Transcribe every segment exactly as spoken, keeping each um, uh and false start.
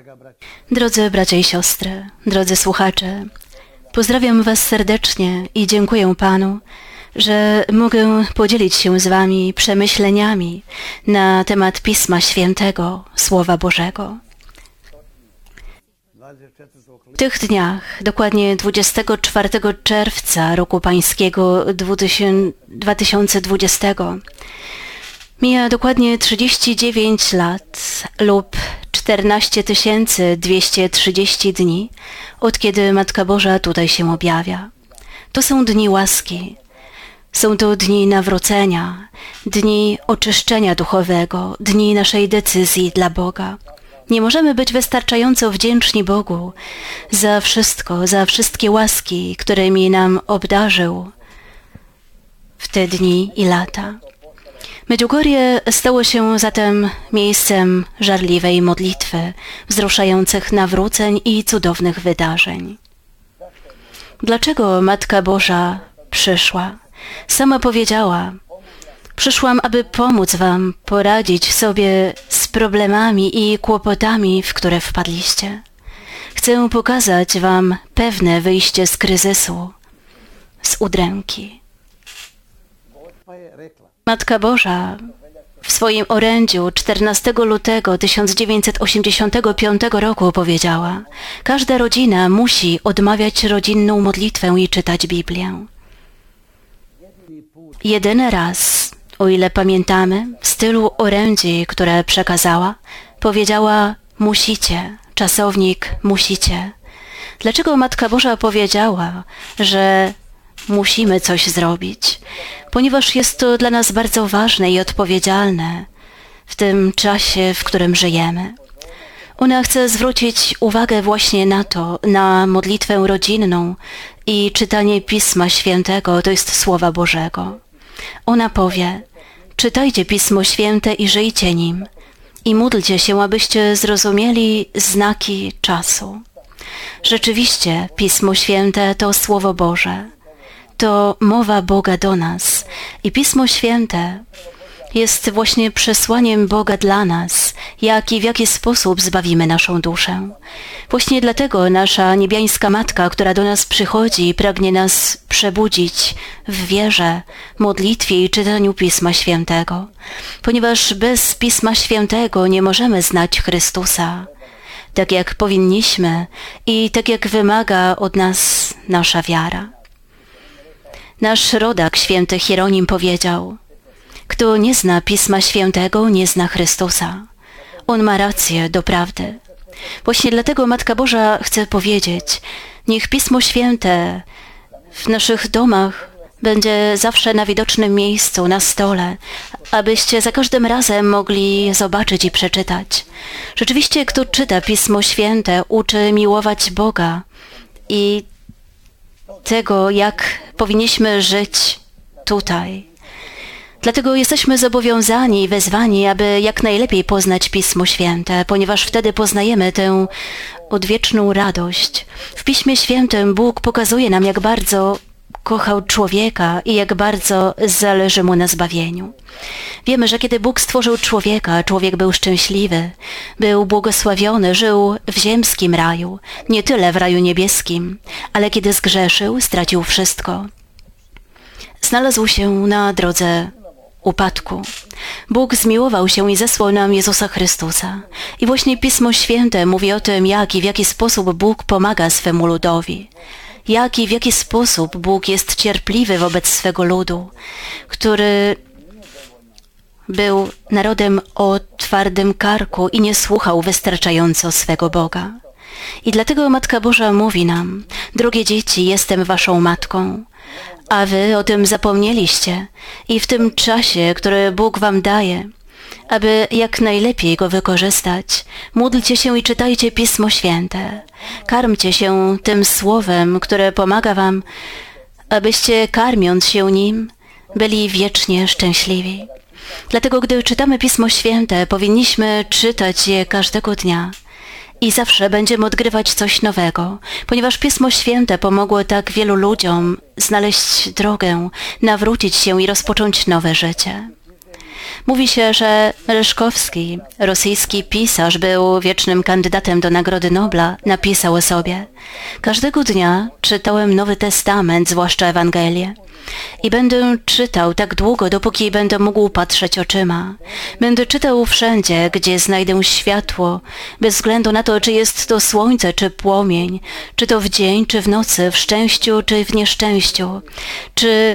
Drodzy bracia i siostry, drodzy słuchacze, pozdrawiam Was serdecznie i dziękuję Panu, że mogę podzielić się z Wami przemyśleniami na temat Pisma Świętego, Słowa Bożego. W tych dniach, dokładnie dwudziestego czwartego czerwca roku pańskiego dwa tysiące dwudziestego, mija dokładnie trzydzieści dziewięć lat lub czternaście tysięcy dwieście trzydzieści dni, od kiedy Matka Boża tutaj się objawia. To są dni łaski. Są to dni nawrócenia, dni oczyszczenia duchowego, dni naszej decyzji dla Boga. Nie możemy być wystarczająco wdzięczni Bogu za wszystko, za wszystkie łaski, którymi nam obdarzył w te dni i lata. Medjugorje stało się zatem miejscem żarliwej modlitwy, wzruszających nawróceń i cudownych wydarzeń. Dlaczego Matka Boża przyszła? Sama powiedziała: przyszłam, aby pomóc wam poradzić sobie z problemami i kłopotami, w które wpadliście. Chcę pokazać wam pewne wyjście z kryzysu, z udręki. Matka Boża w swoim orędziu czternastego lutego tysiąc dziewięćset osiemdziesiątego piątego roku powiedziała: każda rodzina musi odmawiać rodzinną modlitwę i czytać Biblię. Jedyny raz, o ile pamiętamy, w stylu orędzi, które przekazała, powiedziała: musicie, czasownik musicie. Dlaczego Matka Boża powiedziała, że musimy coś zrobić? Ponieważ jest to dla nas bardzo ważne i odpowiedzialne w tym czasie, w którym żyjemy. Ona chce zwrócić uwagę właśnie na to, na modlitwę rodzinną i czytanie Pisma Świętego, to jest Słowa Bożego. Ona powie: czytajcie Pismo Święte i żyjcie nim i módlcie się, abyście zrozumieli znaki czasu. Rzeczywiście Pismo Święte to Słowo Boże. To mowa Boga do nas i Pismo Święte jest właśnie przesłaniem Boga dla nas, jak i w jaki sposób zbawimy naszą duszę. Właśnie dlatego nasza niebiańska Matka, która do nas przychodzi, pragnie nas przebudzić w wierze, modlitwie i czytaniu Pisma Świętego. Ponieważ bez Pisma Świętego nie możemy znać Chrystusa, tak jak powinniśmy i tak jak wymaga od nas nasza wiara. Nasz rodak, święty Hieronim, powiedział: kto nie zna Pisma Świętego, nie zna Chrystusa. On ma rację, doprawdy. Właśnie dlatego Matka Boża chce powiedzieć: niech Pismo Święte w naszych domach będzie zawsze na widocznym miejscu, na stole, abyście za każdym razem mogli zobaczyć i przeczytać. Rzeczywiście, kto czyta Pismo Święte, uczy miłować Boga i tego, jak powinniśmy żyć tutaj. Dlatego jesteśmy zobowiązani i wezwani, aby jak najlepiej poznać Pismo Święte, ponieważ wtedy poznajemy tę odwieczną radość. W Piśmie Świętym Bóg pokazuje nam, jak bardzo kochał człowieka i jak bardzo zależy mu na zbawieniu. Wiemy, że kiedy Bóg stworzył człowieka, człowiek był szczęśliwy, był błogosławiony, żył w ziemskim raju, nie tyle w raju niebieskim, ale kiedy zgrzeszył, stracił wszystko. Znalazł się na drodze upadku. Bóg zmiłował się i zesłał nam Jezusa Chrystusa. I właśnie Pismo Święte mówi o tym, jak i w jaki sposób Bóg pomaga swemu ludowi. Jak i w jaki sposób Bóg jest cierpliwy wobec swego ludu, który był narodem o twardym karku i nie słuchał wystarczająco swego Boga. I dlatego Matka Boża mówi nam: drogie dzieci, jestem waszą matką, a wy o tym zapomnieliście i w tym czasie, który Bóg wam daje, aby jak najlepiej go wykorzystać, módlcie się i czytajcie Pismo Święte. Karmcie się tym słowem, które pomaga wam, abyście, karmiąc się nim, byli wiecznie szczęśliwi. Dlatego, gdy czytamy Pismo Święte, powinniśmy czytać je każdego dnia i zawsze będziemy odgrywać coś nowego, ponieważ Pismo Święte pomogło tak wielu ludziom znaleźć drogę, nawrócić się i rozpocząć nowe życie. Mówi się, że Leszkowski, rosyjski pisarz, był wiecznym kandydatem do Nagrody Nobla, napisał o sobie: każdego dnia czytałem Nowy Testament, zwłaszcza Ewangelię. I będę czytał tak długo, dopóki będę mógł patrzeć oczyma. Będę czytał wszędzie, gdzie znajdę światło, bez względu na to, czy jest to słońce, czy płomień, czy to w dzień, czy w nocy, w szczęściu, czy w nieszczęściu, czy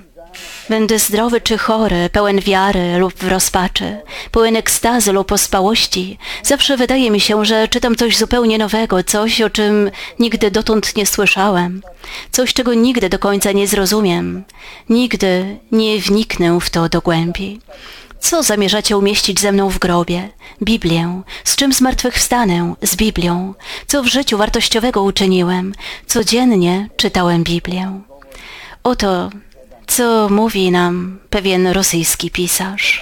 będę zdrowy czy chory, pełen wiary lub w rozpaczy, pełen ekstazy lub ospałości. Zawsze wydaje mi się, że czytam coś zupełnie nowego, coś, o czym nigdy dotąd nie słyszałem, coś, czego nigdy do końca nie zrozumiem. Nigdy nie wniknę w to do głębi. Co zamierzacie umieścić ze mną w grobie? Biblię. Z czym zmartwychwstanę? Z Biblią. Co w życiu wartościowego uczyniłem? Codziennie czytałem Biblię. Oto co mówi nam pewien rosyjski pisarz.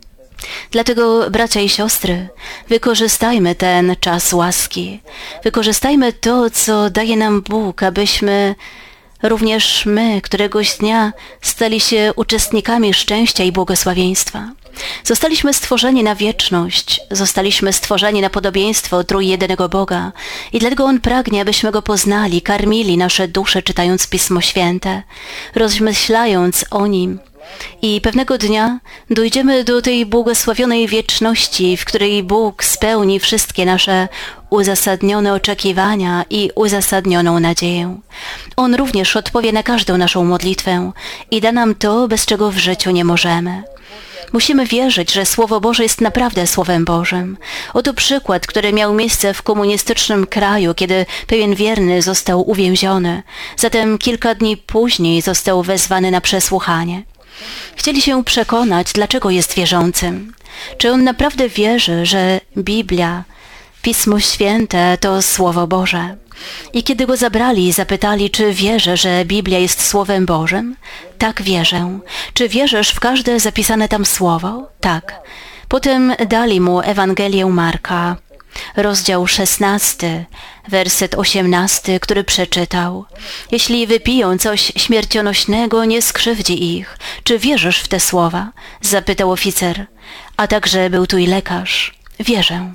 Dlatego, bracia i siostry, wykorzystajmy ten czas łaski. Wykorzystajmy to, co daje nam Bóg, abyśmy również my któregoś dnia stali się uczestnikami szczęścia i błogosławieństwa. Zostaliśmy stworzeni na wieczność, zostaliśmy stworzeni na podobieństwo trójjedynego Boga i dlatego On pragnie, abyśmy Go poznali, karmili nasze dusze, czytając Pismo Święte, rozmyślając o Nim. I pewnego dnia dojdziemy do tej błogosławionej wieczności, w której Bóg spełni wszystkie nasze uzasadnione oczekiwania i uzasadnioną nadzieję. On również odpowie na każdą naszą modlitwę i da nam to, bez czego w życiu nie możemy. Musimy wierzyć, że Słowo Boże jest naprawdę Słowem Bożym. Oto przykład, który miał miejsce w komunistycznym kraju, kiedy pewien wierny został uwięziony. Zatem kilka dni później został wezwany na przesłuchanie. Chcieli się przekonać, dlaczego jest wierzącym. Czy on naprawdę wierzy, że Biblia, Pismo Święte to Słowo Boże? I kiedy go zabrali i zapytali, czy wierzy, że Biblia jest Słowem Bożym? Tak, wierzę. Czy wierzysz w każde zapisane tam słowo? Tak. Potem dali mu Ewangelię Marka, rozdział szesnasty, werset osiemnasty, który przeczytał: jeśli wypiją coś śmiercionośnego, nie skrzywdzi ich. Czy wierzysz w te słowa? Zapytał oficer. A także był tu i lekarz. Wierzę.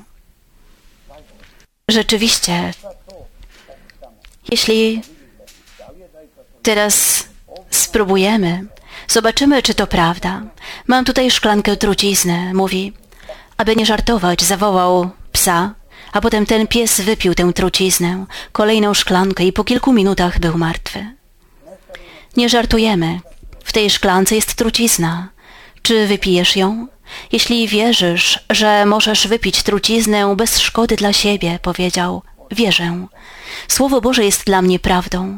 Rzeczywiście, jeśli teraz spróbujemy, zobaczymy, czy to prawda. Mam tutaj szklankę trucizny. Mówi, aby nie żartować, zawołał psa, a potem ten pies wypił tę truciznę, kolejną szklankę i po kilku minutach był martwy. Nie żartujemy. W tej szklance jest trucizna. Czy wypijesz ją? Jeśli wierzysz, że możesz wypić truciznę bez szkody dla siebie, powiedział, wierzę. Słowo Boże jest dla mnie prawdą.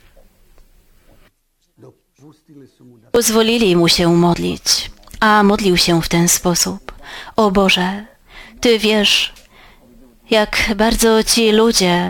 Pozwolili mu się modlić, a modlił się w ten sposób. O Boże, Ty wiesz, jak bardzo Ci ludzie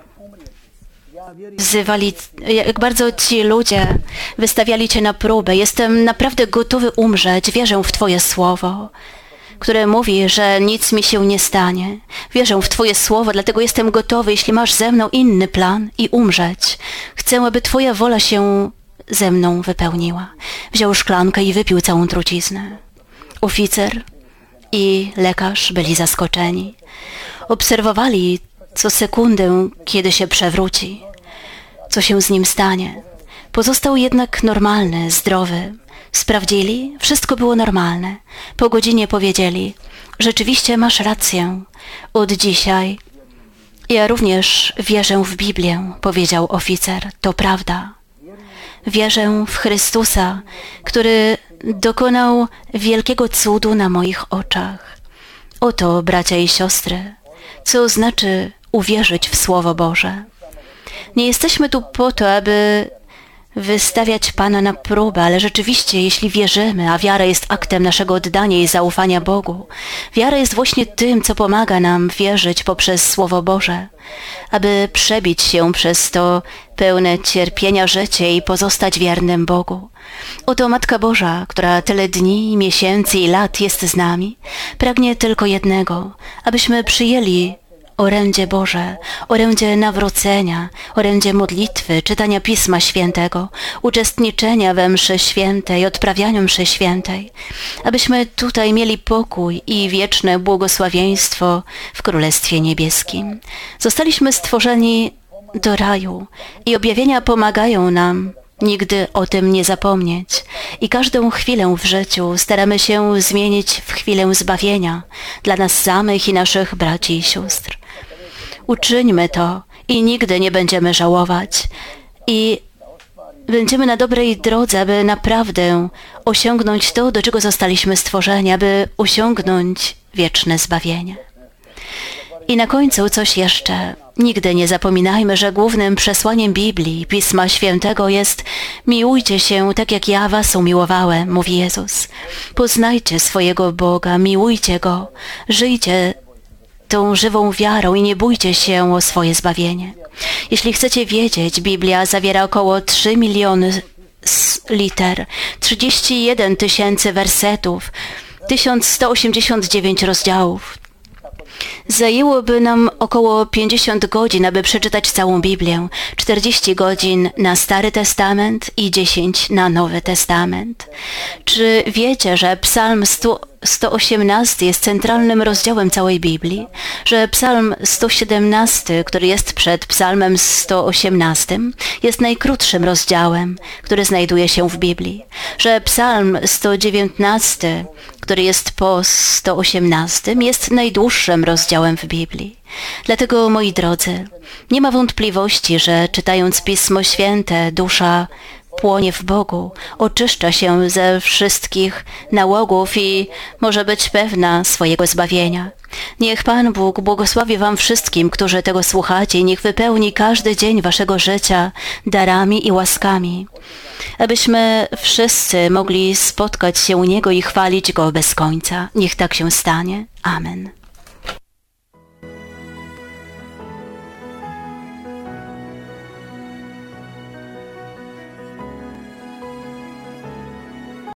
wzywali, jak bardzo Ci ludzie wystawiali Cię na próbę. Jestem naprawdę gotowy umrzeć. Wierzę w Twoje słowo, które mówi, że nic mi się nie stanie. Wierzę w Twoje słowo, dlatego jestem gotowy, jeśli masz ze mną inny plan, i umrzeć. Chcę, aby Twoja wola się ze mną wypełniła. Wziął szklankę i wypił całą truciznę. Oficer i lekarz byli zaskoczeni. Obserwowali co sekundę, kiedy się przewróci, co się z nim stanie. Pozostał jednak normalny, zdrowy. Sprawdzili, wszystko było normalne. Po godzinie powiedzieli, rzeczywiście masz rację. Od dzisiaj ja również wierzę w Biblię, powiedział oficer. To prawda. Wierzę w Chrystusa, który dokonał wielkiego cudu na moich oczach. Oto, bracia i siostry, co znaczy uwierzyć w Słowo Boże. Nie jesteśmy tu po to, aby wystawiać Pana na próbę, ale rzeczywiście, jeśli wierzymy, a wiara jest aktem naszego oddania i zaufania Bogu, wiara jest właśnie tym, co pomaga nam wierzyć poprzez Słowo Boże, aby przebić się przez to pełne cierpienia życie i pozostać wiernym Bogu. Oto Matka Boża, która tyle dni, miesięcy i lat jest z nami, pragnie tylko jednego, abyśmy przyjęli orędzie Boże, orędzie nawrócenia, orędzie modlitwy, czytania Pisma Świętego, uczestniczenia we mszy świętej, odprawianiu mszy świętej, abyśmy tutaj mieli pokój i wieczne błogosławieństwo w Królestwie Niebieskim. Zostaliśmy stworzeni do raju i objawienia pomagają nam nigdy o tym nie zapomnieć i każdą chwilę w życiu staramy się zmienić w chwilę zbawienia dla nas samych i naszych braci i sióstr. Uczyńmy to i nigdy nie będziemy żałować i będziemy na dobrej drodze, aby naprawdę osiągnąć to, do czego zostaliśmy stworzeni, aby osiągnąć wieczne zbawienie. I na końcu coś jeszcze. Nigdy nie zapominajmy, że głównym przesłaniem Biblii, Pisma Świętego jest: miłujcie się tak, jak ja was umiłowałem, mówi Jezus. Poznajcie swojego Boga, miłujcie Go, żyjcie tą żywą wiarą i nie bójcie się o swoje zbawienie. Jeśli chcecie wiedzieć, Biblia zawiera około trzy miliony liter, trzydzieści jeden tysięcy wersetów, tysiąc sto osiemdziesiąt dziewięć rozdziałów. Zajęłoby nam około pięćdziesiąt godzin, aby przeczytać całą Biblię, czterdzieści godzin na Stary Testament i dziesięć na Nowy Testament. Czy wiecie, że Psalm sto osiemnasty jest centralnym rozdziałem całej Biblii? Że Psalm sto siedemnasty, który jest przed Psalmem sto osiemnastym, jest najkrótszym rozdziałem, który znajduje się w Biblii? Że Psalm sto dziewiętnasty, który jest po sto osiemnastym, jest najdłuższym rozdziałem w Biblii. Dlatego, moi drodzy, nie ma wątpliwości, że czytając Pismo Święte, dusza płonie w Bogu, oczyszcza się ze wszystkich nałogów i może być pewna swojego zbawienia. Niech Pan Bóg błogosławi wam wszystkim, którzy tego słuchacie, i niech wypełni każdy dzień waszego życia darami i łaskami, abyśmy wszyscy mogli spotkać się u Niego i chwalić Go bez końca. Niech tak się stanie. Amen.